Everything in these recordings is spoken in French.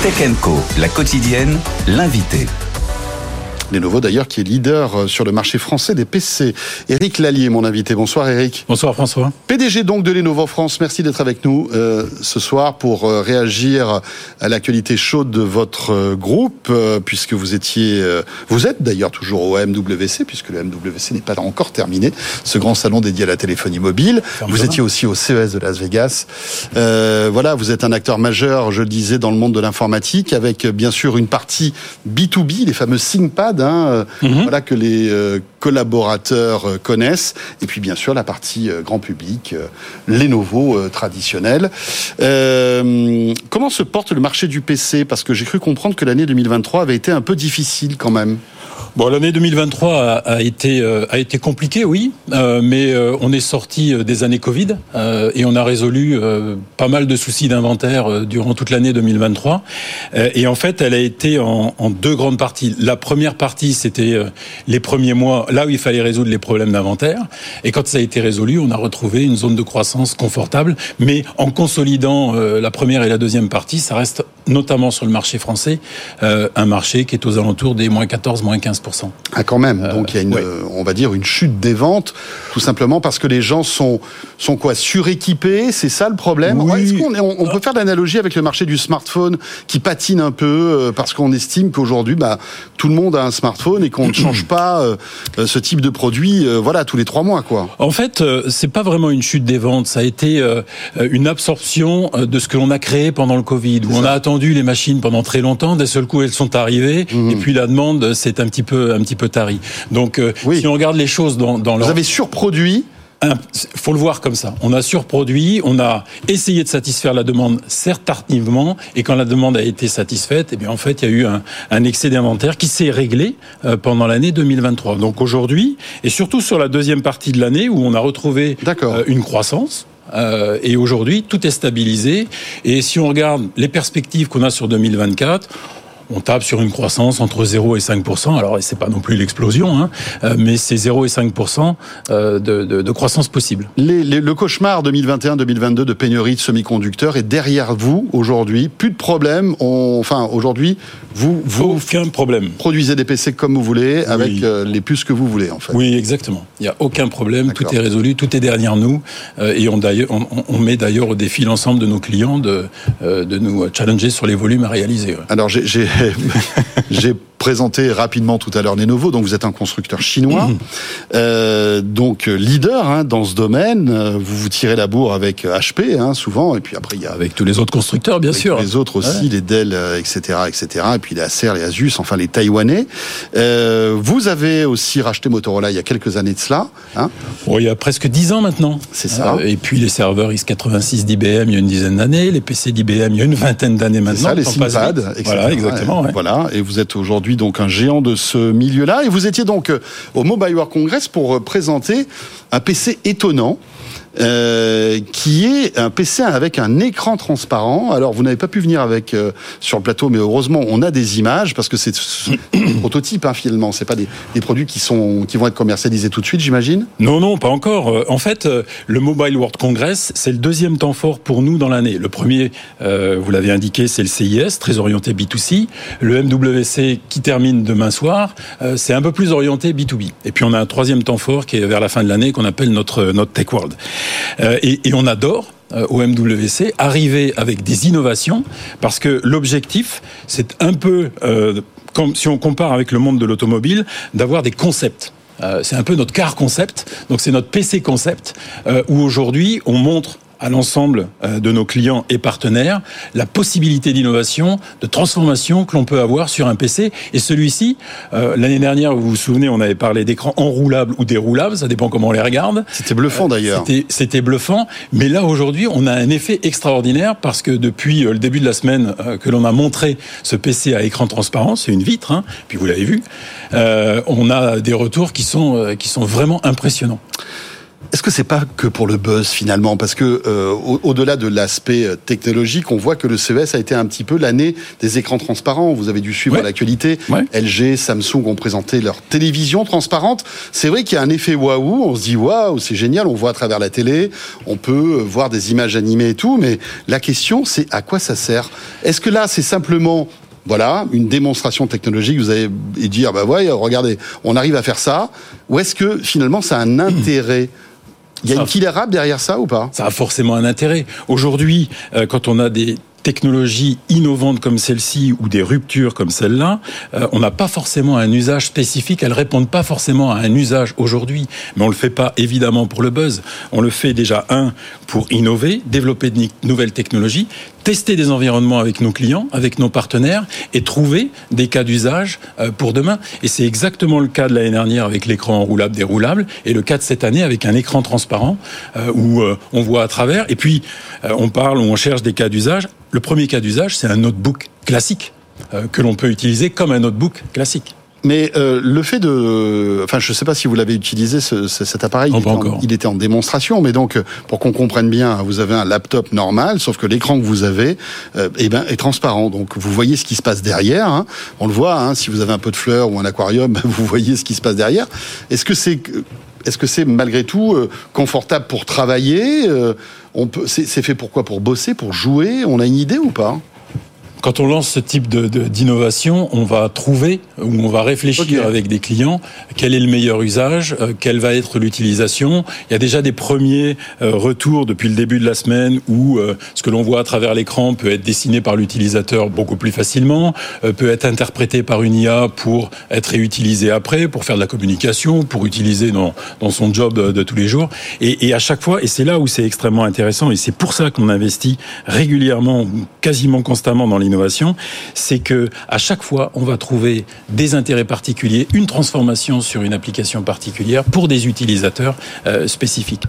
Tech & Co, la quotidienne, l'invité. Lenovo d'ailleurs qui est leader sur le marché français des PC. Éric Lallier, mon invité. Bonsoir Éric. Bonsoir François. PDG donc de Lenovo France, merci d'être avec nous ce soir pour réagir à l'actualité chaude de votre groupe, puisque vous êtes d'ailleurs toujours au MWC, puisque le MWC n'est pas encore terminé, ce grand salon dédié à la téléphonie mobile. Vous étiez aussi au CES de Las Vegas. Voilà, vous êtes un acteur majeur, je le disais, dans le monde de l'informatique, avec bien sûr une partie B2B, les fameux ThinkPad, voilà, que les collaborateurs connaissent, et puis bien sûr la partie grand public, Lenovo traditionnel. Comment se porte le marché du PC ? Parce que j'ai cru comprendre que l'année 2023 avait été un peu difficile quand même. Bon, l'année 2023 a été compliquée, oui, mais on est sorti des années Covid et on a résolu pas mal de soucis d'inventaire durant toute l'année 2023. Et en fait, elle a été en deux grandes parties. La première partie, c'était les premiers mois, là où il fallait résoudre les problèmes d'inventaire. Et quand ça a été résolu, on a retrouvé une zone de croissance confortable. Mais en consolidant la première et la deuxième partie, ça reste notamment sur le marché français, un marché qui est aux alentours des moins 14, moins 15%. Ah, quand même. Donc, il y a on va dire, une chute des ventes, tout simplement parce que les gens sont quoi, suréquipés? C'est ça le problème? Oui. Est-ce qu'on peut faire l'analogie avec le marché du smartphone qui patine un peu parce qu'on estime qu'aujourd'hui, tout le monde a un smartphone et qu'on ne change pas ce type de produit, tous les 3 mois, quoi. En fait, c'est pas vraiment une chute des ventes. Ça a été une absorption de ce que l'on a créé pendant le Covid, où on a attendu les machines pendant très longtemps. D'un seul coup, elles sont arrivées, et puis la demande s'est un petit peu tarie. Donc, si on regarde les choses dans Vous avez surproduit. Faut le voir comme ça. On a surproduit, on a essayé de satisfaire la demande, certes tardivement, et quand la demande a été satisfaite, eh bien en fait, il y a eu un excès d'inventaire qui s'est réglé pendant l'année 2023. Donc aujourd'hui, et surtout sur la deuxième partie de l'année où on a retrouvé une croissance. Et aujourd'hui, tout est stabilisé. Et si on regarde les perspectives qu'on a sur 2024, on tape sur une croissance entre 0 et 5%. Alors, c'est pas non plus l'explosion, mais c'est 0 et 5% de croissance possible. Le cauchemar 2021-2022 de pénurie de semi-conducteurs est derrière vous aujourd'hui. Plus de problème. Aujourd'hui, vous aucun problème. Produisez des PC comme vous voulez, avec les puces que vous voulez, en fait. Oui, exactement. Il n'y a aucun problème. D'accord. Tout est résolu, tout est derrière nous. Et on met d'ailleurs au défi l'ensemble de nos clients de nous challenger sur les volumes à réaliser. Ouais. Alors, j'ai présenté rapidement tout à l'heure Lenovo, donc vous êtes un constructeur chinois, donc leader dans ce domaine. Vous vous tirez la bourre avec HP, souvent, et puis après il y a avec tous les autres constructeurs, bien sûr, les autres aussi, les Dell, etc., et puis les Acer, les Asus, enfin les Taïwanais. Vous avez aussi racheté Motorola il y a quelques années de cela. Il y a presque 10 ans maintenant. C'est ça. Et puis les serveurs x86 d'IBM il y a une dizaine d'années, les PC d'IBM il y a une vingtaine d'années maintenant. C'est ça, les ThinkPad, etc. Voilà, exactement. Ouais. Voilà, et vous êtes aujourd'hui donc un géant de ce milieu-là, et vous étiez donc au Mobile World Congress pour présenter un PC étonnant, qui est un PC avec un écran transparent. Alors, vous n'avez pas pu venir sur le plateau, mais heureusement, on a des images, parce que c'est des prototypes, finalement. C'est pas des produits qui vont être commercialisés tout de suite, j'imagine? Non, pas encore. En fait, le Mobile World Congress, c'est le deuxième temps fort pour nous dans l'année. Le premier, vous l'avez indiqué, c'est le CIS, très orienté B2C. Le MWC, qui termine demain soir, c'est un peu plus orienté B2B. Et puis, on a un troisième temps fort qui est vers la fin de l'année, qu'on appelle notre Tech World. Et on adore au MWC arriver avec des innovations, parce que l'objectif, c'est un peu, comme si on compare avec le monde de l'automobile, d'avoir des concepts. C'est un peu notre car concept, donc c'est notre PC concept, où aujourd'hui on montre à l'ensemble de nos clients et partenaires la possibilité d'innovation, de transformation que l'on peut avoir sur un PC. Et celui-ci, l'année dernière, vous vous souvenez, on avait parlé d'écrans enroulables ou déroulables, ça dépend comment on les regarde. C'était bluffant d'ailleurs. C'était bluffant, mais là aujourd'hui, on a un effet extraordinaire, parce que depuis le début de la semaine que l'on a montré ce PC à écran transparent, c'est une vitre, puis vous l'avez vu, on a des retours qui sont vraiment impressionnants. Est-ce que c'est pas que pour le buzz finalement? Parce que au-delà de l'aspect technologique, on voit que le CES a été un petit peu l'année des écrans transparents. Vous avez dû suivre l'actualité. LG, Samsung ont présenté leur télévision transparente. C'est vrai qu'il y a un effet waouh. On se dit waouh, c'est génial. On voit à travers la télé, on peut voir des images animées et tout. Mais la question, c'est à quoi ça sert? Est-ce que là, c'est simplement une démonstration technologique, vous allez dire, regardez, on arrive à faire ça, ou est-ce que finalement ça a un intérêt? Il y a une killer app derrière ça ou pas? Ça a forcément un intérêt. Aujourd'hui, quand on a des technologies innovantes comme celle-ci ou des ruptures comme celle-là, on n'a pas forcément un usage spécifique, elles répondent pas forcément à un usage aujourd'hui, mais on le fait pas évidemment pour le buzz, on le fait déjà pour innover, développer de nouvelles technologies, tester des environnements avec nos clients, avec nos partenaires et trouver des cas d'usage pour demain. Et c'est exactement le cas de l'année dernière avec l'écran enroulable, déroulable, et le cas de cette année avec un écran transparent où on voit à travers. Et puis on parle ou on cherche des cas d'usage. Le premier cas d'usage, c'est un notebook classique que l'on peut utiliser comme un notebook classique. Mais le fait je ne sais pas si vous l'avez utilisé cet appareil. Il était en démonstration, mais donc pour qu'on comprenne bien, vous avez un laptop normal, sauf que l'écran que vous avez, est transparent. Donc vous voyez ce qui se passe derrière. Hein. On le voit. Si vous avez un pot de fleurs ou un aquarium, vous voyez ce qui se passe derrière. Est-ce que c'est malgré tout confortable pour travailler? C'est fait pour quoi? Pour bosser, pour jouer? On a une idée ou pas? Quand on lance ce type d'innovation, on va trouver ou on va réfléchir avec des clients quel est le meilleur usage, quelle va être l'utilisation. Il y a déjà des premiers retours depuis le début de la semaine où ce que l'on voit à travers l'écran peut être dessiné par l'utilisateur beaucoup plus facilement, peut être interprété par une IA pour être réutilisé après, pour faire de la communication, pour utiliser dans son job de tous les jours. Et à chaque fois, et c'est là où c'est extrêmement intéressant, et c'est pour ça qu'on investit régulièrement, quasiment constamment dans l'innovation, c'est que à chaque fois, on va trouver des intérêts particuliers, une transformation sur une application particulière pour des utilisateurs spécifiques.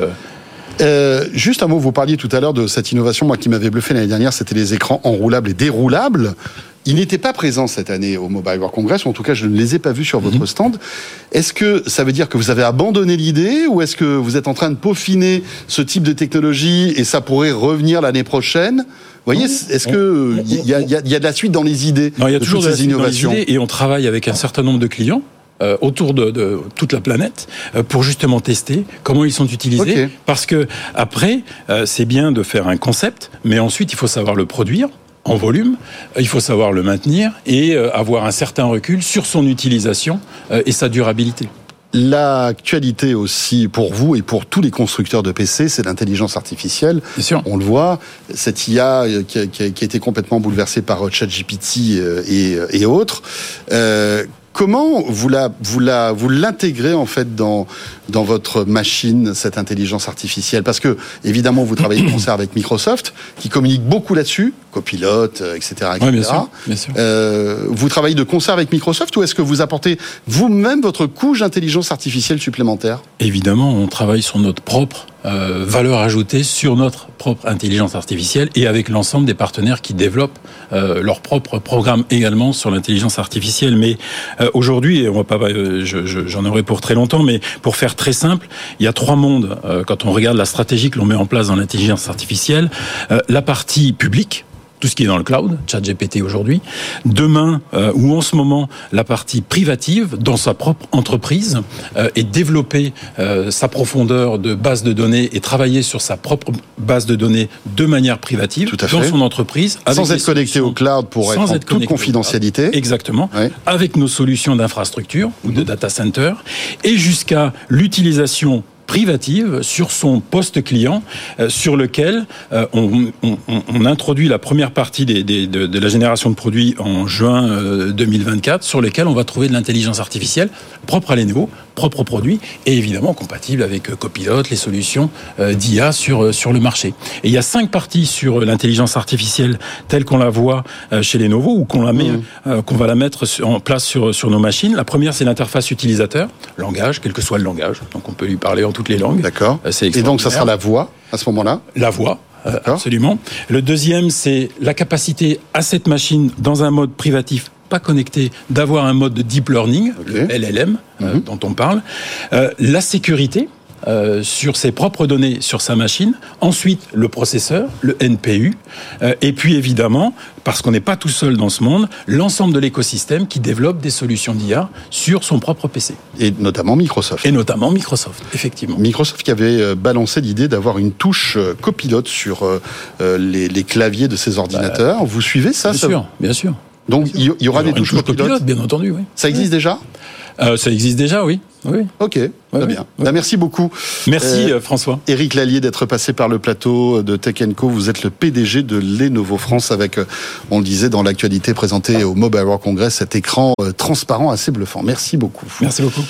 Juste un mot, vous parliez tout à l'heure de cette innovation, moi qui m'avait bluffé l'année dernière, c'était les écrans enroulables et déroulables. Ils n'étaient pas présents cette année au Mobile World Congress, ou en tout cas je ne les ai pas vus sur votre stand. Est-ce que ça veut dire que vous avez abandonné l'idée, ou est-ce que vous êtes en train de peaufiner ce type de technologie et ça pourrait revenir l'année prochaine? Vous voyez, est-ce que il y a de la suite dans les idées? Non, il y a toujours de ces innovations dans les idées, et on travaille avec un certain nombre de clients autour de toute la planète pour justement tester comment ils sont utilisés. Parce que après, c'est bien de faire un concept, mais ensuite il faut savoir le produire en volume, il faut savoir le maintenir et avoir un certain recul sur son utilisation et sa durabilité. L'actualité aussi pour vous et pour tous les constructeurs de PC, c'est l'intelligence artificielle. Bien sûr. On le voit, cette IA qui a été complètement bouleversée par ChatGPT et autres. Comment vous l'intégrez en fait dans votre machine, cette intelligence artificielle? Parce que évidemment vous travaillez de concert avec Microsoft qui communique beaucoup là-dessus, copilote, etc. Oui, bien sûr. Vous travaillez de concert avec Microsoft, ou est-ce que vous apportez vous-même votre couche d'intelligence artificielle supplémentaire? Évidemment, on travaille sur notre propre valeur ajoutée, sur notre propre intelligence artificielle, et avec l'ensemble des partenaires qui développent leur propre programme également sur l'intelligence artificielle. Mais aujourd'hui, on va pas, j'en aurai pour très longtemps, mais pour faire très simple, il y a 3 mondes quand on regarde la stratégie que l'on met en place dans l'intelligence artificielle. La partie publique, tout ce qui est dans le cloud, ChatGPT aujourd'hui. Demain, ou en ce moment, la partie privative, dans sa propre entreprise, et développer sa profondeur de base de données et travailler sur sa propre base de données de manière privative dans son entreprise. Sans être connecté au cloud pour être en toute confidentialité. Exactement. Ouais. Avec nos solutions d'infrastructure ou de data center, et jusqu'à l'utilisation privative sur son poste client, sur lequel on introduit la première partie de la génération de produits en juin 2024, sur lesquels on va trouver de l'intelligence artificielle propre à Lenovo, propre au produit, et évidemment compatible avec Copilot, les solutions d'IA sur le marché. Et il y a 5 parties sur l'intelligence artificielle telle qu'on la voit chez Lenovo, ou qu'on va la mettre en place sur nos machines. La première, c'est l'interface utilisateur, langage, quel que soit le langage. Donc on peut lui parler en toutes les langues. D'accord. Et donc ça sera la voix à ce moment-là? La voix. Absolument. Le deuxième, c'est la capacité à cette machine, dans un mode privatif pas connecté, d'avoir un mode de deep learning, le LLM dont on parle. La sécurité, sur ses propres données sur sa machine, ensuite le processeur, le NPU, et puis évidemment, parce qu'on n'est pas tout seul dans ce monde, l'ensemble de l'écosystème qui développe des solutions d'IA sur son propre PC. Et notamment Microsoft. Et notamment Microsoft, effectivement. Microsoft qui avait balancé l'idée d'avoir une touche copilote sur les claviers de ses ordinateurs. Vous suivez ça? Bien sûr. Donc il y aura des touches copilotes, bien entendu, oui. Ça existe déjà? Ça existe déjà, oui. Ok, très bien. Merci beaucoup. Merci François. Éric Lallier d'être passé par le plateau de Tech & Co. Vous êtes le PDG de Lenovo France avec, on le disait dans l'actualité présentée au Mobile World Congress, cet écran transparent assez bluffant. Merci beaucoup. Merci beaucoup.